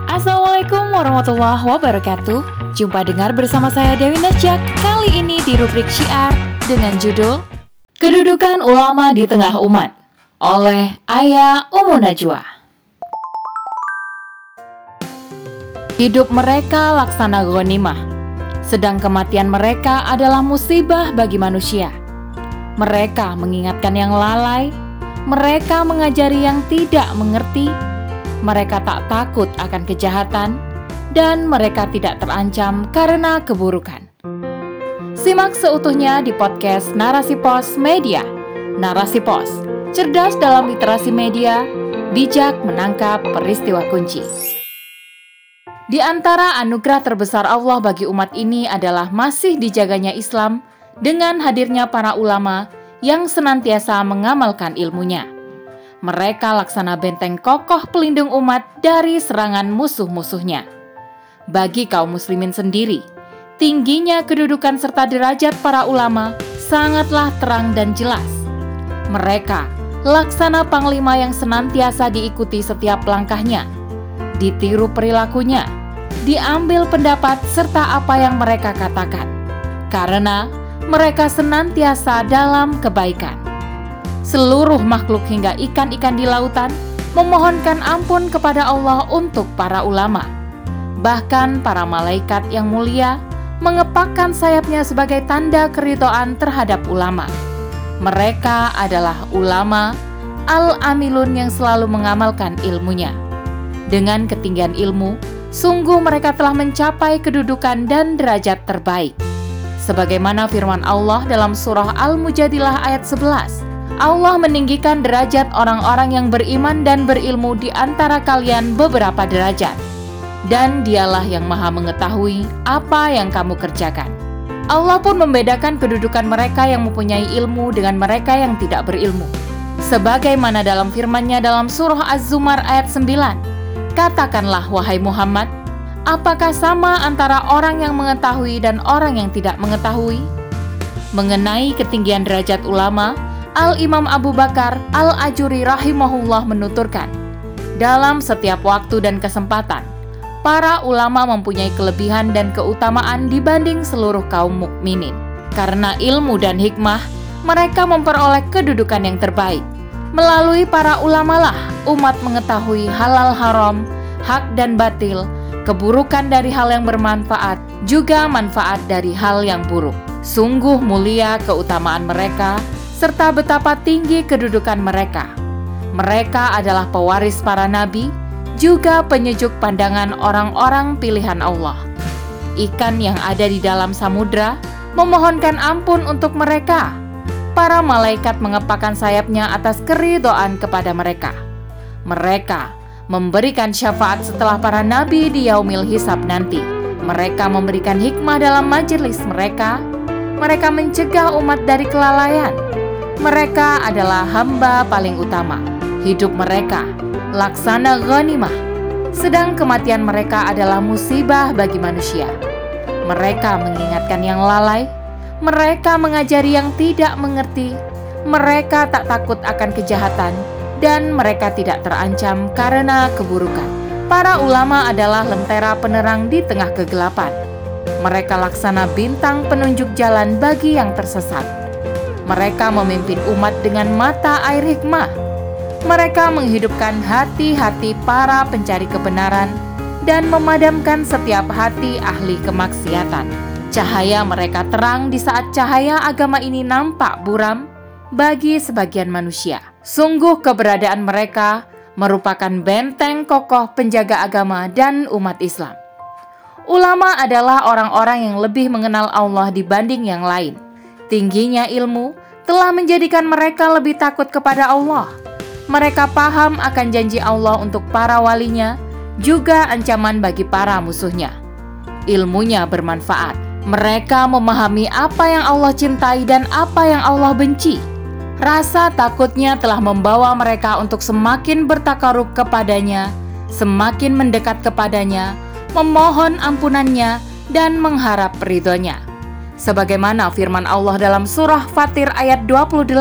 Assalamualaikum warahmatullahi wabarakatuh. Jumpa dengar bersama saya Dewi Najak. Kali ini di rubrik Syiar dengan judul Kedudukan Ulama di Tengah Umat oleh Ayah Ummu Najwa. Hidup mereka laksana ghanimah, sedang kematian mereka adalah musibah bagi manusia. Mereka mengingatkan yang lalai, mereka mengajari yang tidak mengerti, mereka tak takut akan kejahatan, dan mereka tidak terancam karena keburukan. Simak seutuhnya di podcast Narasi Pos Media. Narasi Pos, cerdas dalam literasi media, bijak menangkap peristiwa kunci. Di antara anugerah terbesar Allah bagi umat ini adalah masih dijaganya Islam dengan hadirnya para ulama yang senantiasa mengamalkan ilmunya. Mereka laksana benteng kokoh pelindung umat dari serangan musuh-musuhnya. Bagi kaum muslimin sendiri, tingginya kedudukan serta derajat para ulama sangatlah terang dan jelas. Mereka laksana panglima yang senantiasa diikuti setiap langkahnya, ditiru perilakunya, diambil pendapat serta apa yang mereka katakan, karena mereka senantiasa dalam kebaikan. Seluruh makhluk hingga ikan-ikan di lautan memohonkan ampun kepada Allah untuk para ulama. Bahkan para malaikat yang mulia mengepakkan sayapnya sebagai tanda keridhaan terhadap ulama. Mereka adalah ulama al-amilun yang selalu mengamalkan ilmunya. Dengan ketinggian ilmu, sungguh mereka telah mencapai kedudukan dan derajat terbaik. Sebagaimana firman Allah dalam surah Al-Mujadilah ayat 11, Allah meninggikan derajat orang-orang yang beriman dan berilmu di antara kalian beberapa derajat. Dan dialah yang maha mengetahui apa yang kamu kerjakan. Allah pun membedakan kedudukan mereka yang mempunyai ilmu dengan mereka yang tidak berilmu. Sebagaimana dalam firman-Nya dalam surah Az-Zumar ayat 9, katakanlah wahai Muhammad, apakah sama antara orang yang mengetahui dan orang yang tidak mengetahui? Mengenai ketinggian derajat ulama, Al-Imam Abu Bakar Al-Ajuri rahimahullah menuturkan, dalam setiap waktu dan kesempatan, para ulama mempunyai kelebihan dan keutamaan dibanding seluruh kaum mukminin. Karena ilmu dan hikmah, mereka memperoleh kedudukan yang terbaik. Melalui para ulamalah umat mengetahui halal haram, hak dan batil, keburukan dari hal yang bermanfaat, juga manfaat dari hal yang buruk. Sungguh mulia keutamaan mereka, serta betapa tinggi kedudukan mereka. Mereka adalah pewaris para nabi, juga penyejuk pandangan orang-orang pilihan Allah. Ikan yang ada di dalam samudra memohonkan ampun untuk mereka. Para malaikat mengepakkan sayapnya atas keridhaan kepada mereka. Mereka memberikan syafaat setelah para nabi di yaumil hisab nanti. Mereka memberikan hikmah dalam majelis mereka. Mereka mencegah umat dari kelalaian. Mereka adalah hamba paling utama. Hidup mereka laksana ghanimah, sedang kematian mereka adalah musibah bagi manusia. Mereka mengingatkan yang lalai, mereka mengajari yang tidak mengerti, mereka tak takut akan kejahatan, dan mereka tidak terancam karena keburukan. Para ulama adalah lentera penerang di tengah kegelapan. Mereka laksana bintang penunjuk jalan bagi yang tersesat. Mereka memimpin umat dengan mata air hikmah. Mereka menghidupkan hati-hati para pencari kebenaran dan memadamkan setiap hati ahli kemaksiatan. Cahaya mereka terang di saat cahaya agama ini nampak buram bagi sebagian manusia. Sungguh keberadaan mereka merupakan benteng kokoh penjaga agama dan umat Islam. Ulama adalah orang-orang yang lebih mengenal Allah dibanding yang lain. Tingginya ilmu telah menjadikan mereka lebih takut kepada Allah. Mereka paham akan janji Allah untuk para walinya, juga ancaman bagi para musuhnya. Ilmunya bermanfaat. Mereka memahami apa yang Allah cintai dan apa yang Allah benci. Rasa takutnya telah membawa mereka untuk semakin bertakarub kepadanya, semakin mendekat kepadanya, memohon ampunannya, dan mengharap ridhonya. Sebagaimana firman Allah dalam surah Fatir ayat 28,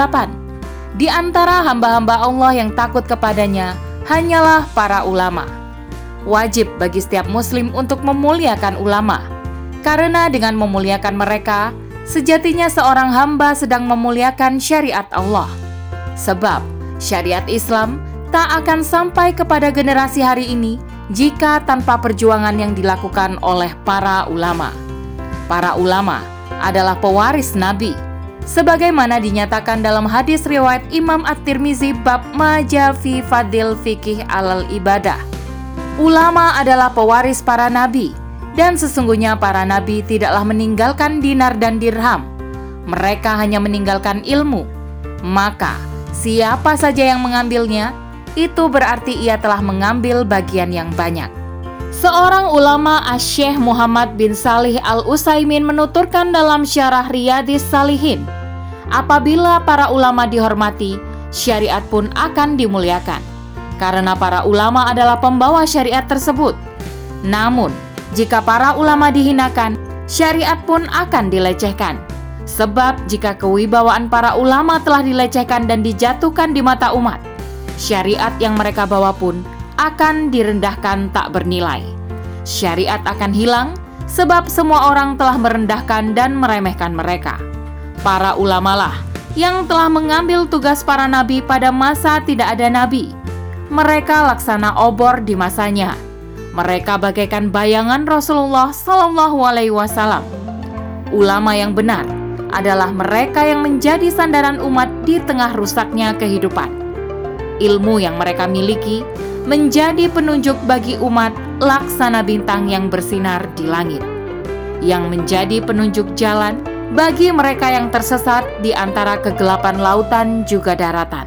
di antara hamba-hamba Allah yang takut kepadanya hanyalah para ulama. wajib bagi setiap muslim untuk memuliakan ulama. Karena dengan memuliakan mereka, sejatinya seorang hamba sedang memuliakan syariat Allah. Sebab syariat Islam tak akan sampai kepada generasi hari ini jika tanpa perjuangan yang dilakukan oleh para ulama. Para ulama adalah pewaris Nabi, sebagaimana dinyatakan dalam hadis riwayat Imam At-Tirmizi bab Maja fi Fadil Fikih Alal Ibadah. Ulama adalah pewaris para nabi, dan sesungguhnya para nabi tidaklah meninggalkan dinar dan dirham. Mereka hanya meninggalkan ilmu. Maka siapa saja yang mengambilnya, itu berarti ia telah mengambil bagian yang banyak. Seorang ulama Asy-Syaikh Muhammad bin Shalih Al-Utsaimin menuturkan dalam Syarah Riyadhis Shalihin, apabila para ulama dihormati, syariat pun akan dimuliakan, karena para ulama adalah pembawa syariat tersebut. Namun, jika para ulama dihinakan, syariat pun akan dilecehkan. Sebab jika kewibawaan para ulama telah dilecehkan dan dijatuhkan di mata umat, syariat yang mereka bawa pun akan direndahkan tak bernilai. Syariat akan hilang sebab semua orang telah merendahkan dan meremehkan mereka. Para ulamalah yang telah mengambil tugas para nabi pada masa tidak ada nabi. Mereka laksana obor di masanya. Mereka bagaikan bayangan Rasulullah SAW. Ulama yang benar adalah mereka yang menjadi sandaran umat di tengah rusaknya kehidupan. Ilmu yang mereka miliki menjadi penunjuk bagi umat laksana bintang yang bersinar di langit, yang menjadi penunjuk jalan bagi mereka yang tersesat di antara kegelapan lautan juga daratan.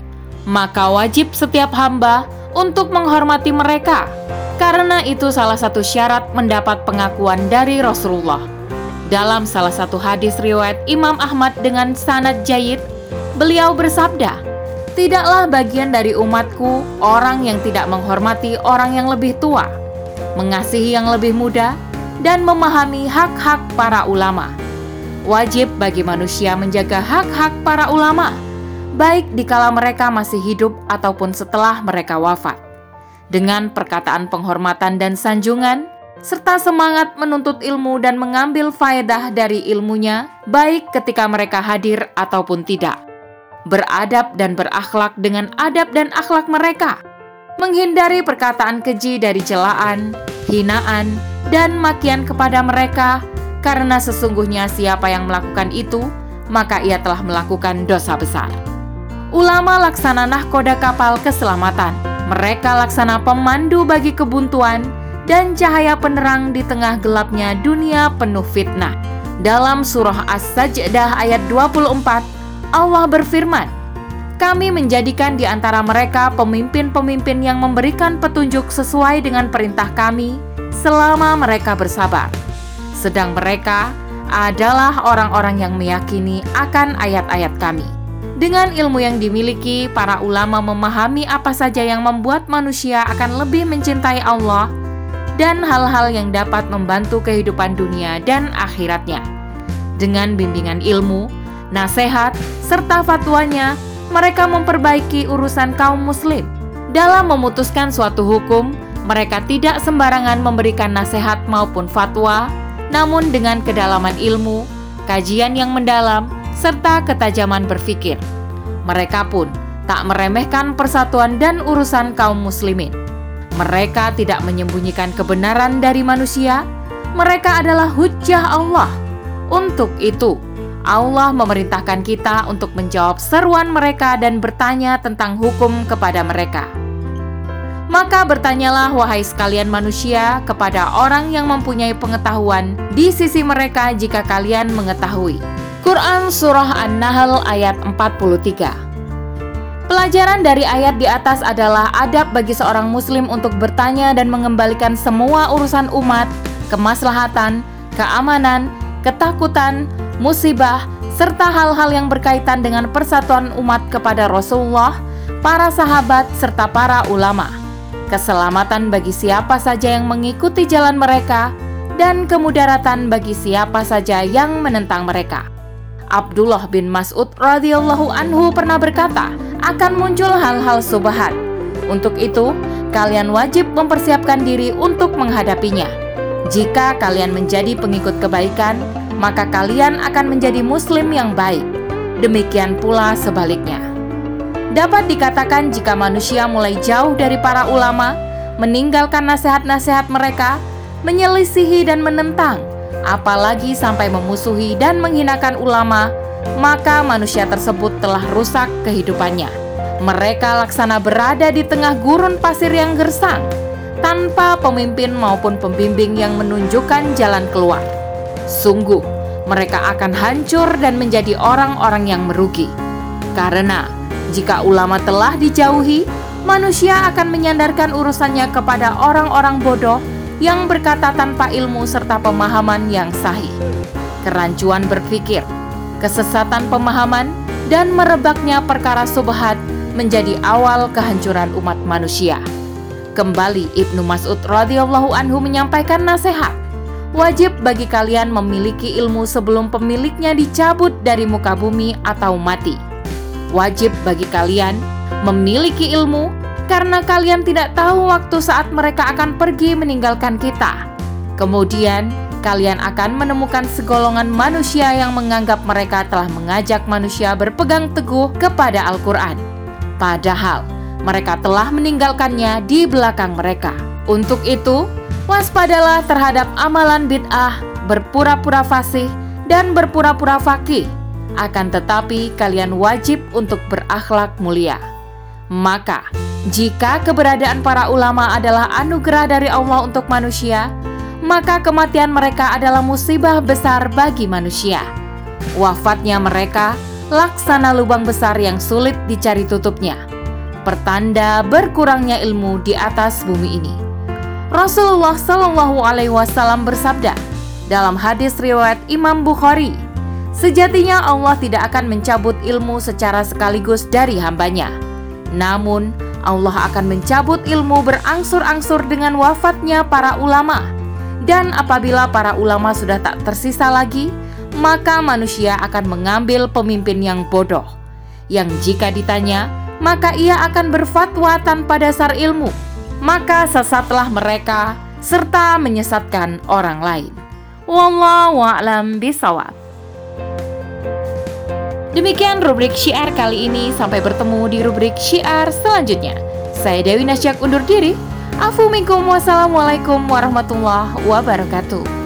Maka wajib setiap hamba untuk menghormati mereka, karena itu salah satu syarat mendapat pengakuan dari Rasulullah. Dalam salah satu hadis riwayat Imam Ahmad dengan sanad jayyid, beliau bersabda, "Tidaklah bagian dari umatku orang yang tidak menghormati orang yang lebih tua, mengasihi yang lebih muda, dan memahami hak-hak para ulama." Wajib bagi manusia menjaga hak-hak para ulama, baik dikala mereka masih hidup ataupun setelah mereka wafat, dengan perkataan penghormatan dan sanjungan, serta semangat menuntut ilmu dan mengambil faedah dari ilmunya, baik ketika mereka hadir ataupun tidak. Beradab dan berakhlak dengan adab dan akhlak mereka, menghindari perkataan keji dari celaan, hinaan, dan makian kepada mereka, karena sesungguhnya siapa yang melakukan itu, maka ia telah melakukan dosa besar. Ulama laksana nahkoda kapal keselamatan. Mereka laksana pemandu bagi kebuntuan dan cahaya penerang di tengah gelapnya dunia penuh fitnah. Dalam surah As-Sajdah ayat 24, Allah berfirman, "Kami menjadikan di antara mereka pemimpin-pemimpin yang memberikan petunjuk sesuai dengan perintah kami selama mereka bersabar. Sedang mereka adalah orang-orang yang meyakini akan ayat-ayat kami." Dengan ilmu yang dimiliki, para ulama memahami apa saja yang membuat manusia akan lebih mencintai Allah dan hal-hal yang dapat membantu kehidupan dunia dan akhiratnya. Dengan bimbingan ilmu, nasihat, serta fatwanya, mereka memperbaiki urusan kaum muslim. Dalam memutuskan suatu hukum, mereka tidak sembarangan memberikan nasihat maupun fatwa, namun dengan kedalaman ilmu, kajian yang mendalam, serta ketajaman berpikir. Mereka pun tak meremehkan persatuan dan urusan kaum muslimin. Mereka tidak menyembunyikan kebenaran dari manusia. Mereka adalah hujjah Allah. Untuk itu, Allah memerintahkan kita untuk menjawab seruan mereka dan bertanya tentang hukum kepada mereka. Maka bertanyalah wahai sekalian manusia kepada orang yang mempunyai pengetahuan di sisi mereka jika kalian mengetahui. Quran Surah An-Nahl ayat 43. Pelajaran dari ayat di atas adalah adab bagi seorang muslim untuk bertanya dan mengembalikan semua urusan umat, kemaslahatan, keamanan, ketakutan, musibah, serta hal-hal yang berkaitan dengan persatuan umat kepada Rasulullah, para sahabat, serta para ulama. Keselamatan bagi siapa saja yang mengikuti jalan mereka, dan kemudaratan bagi siapa saja yang menentang mereka. Abdullah bin Mas'ud radhiyallahu anhu pernah berkata, akan muncul hal-hal subhat, Untuk itu, kalian wajib mempersiapkan diri untuk menghadapinya. Jika kalian menjadi pengikut kebaikan, maka kalian akan menjadi muslim yang baik. Demikian pula sebaliknya. Dapat dikatakan jika manusia mulai jauh dari para ulama, meninggalkan nasihat-nasihat mereka, menyelisihi dan menentang, apalagi sampai memusuhi dan menghinakan ulama, maka manusia tersebut telah rusak kehidupannya. Mereka laksana berada di tengah gurun pasir yang gersang, tanpa pemimpin maupun pembimbing yang menunjukkan jalan keluar. Sungguh, mereka akan hancur dan menjadi orang-orang yang merugi. Karena jika ulama telah dijauhi, manusia akan menyandarkan urusannya kepada orang-orang bodoh yang berkata tanpa ilmu serta pemahaman yang sahih. Kerancuan berpikir, kesesatan pemahaman, dan merebaknya perkara subhat menjadi awal kehancuran umat manusia. Kembali Ibnu Mas'ud radhiyallahu anhu menyampaikan nasihat, wajib bagi kalian memiliki ilmu sebelum pemiliknya dicabut dari muka bumi atau mati. Wajib bagi kalian memiliki ilmu karena kalian tidak tahu waktu saat mereka akan pergi meninggalkan kita. Kemudian, kalian akan menemukan segolongan manusia yang menganggap mereka telah mengajak manusia berpegang teguh kepada Al-Quran. Padahal, mereka telah meninggalkannya di belakang mereka. Untuk itu, waspadalah terhadap amalan bid'ah, berpura-pura fasih, dan berpura-pura faqih. Akan tetapi, kalian wajib untuk berakhlak mulia. Maka, jika keberadaan para ulama adalah anugerah dari Allah untuk manusia, maka kematian mereka adalah musibah besar bagi manusia. Wafatnya mereka laksana lubang besar yang sulit dicari tutupnya, pertanda berkurangnya ilmu di atas bumi ini. Rasulullah Shallallahu Alaihi Wasallam bersabda dalam hadis riwayat Imam Bukhari, sejatinya Allah tidak akan mencabut ilmu secara sekaligus dari hambanya. Namun, Allah akan mencabut ilmu berangsur-angsur dengan wafatnya para ulama. Dan apabila para ulama sudah tak tersisa lagi, maka manusia akan mengambil pemimpin yang bodoh, yang jika ditanya, maka ia akan berfatwa tanpa dasar ilmu. Maka sesatlah mereka, serta menyesatkan orang lain. Wallahu a'lam bishawab. Demikian rubrik syiar kali ini. Sampai bertemu di rubrik syiar selanjutnya. Saya Dewi Nasyak undur diri. Afu minkum, wassalamualaikum warahmatullahi wabarakatuh.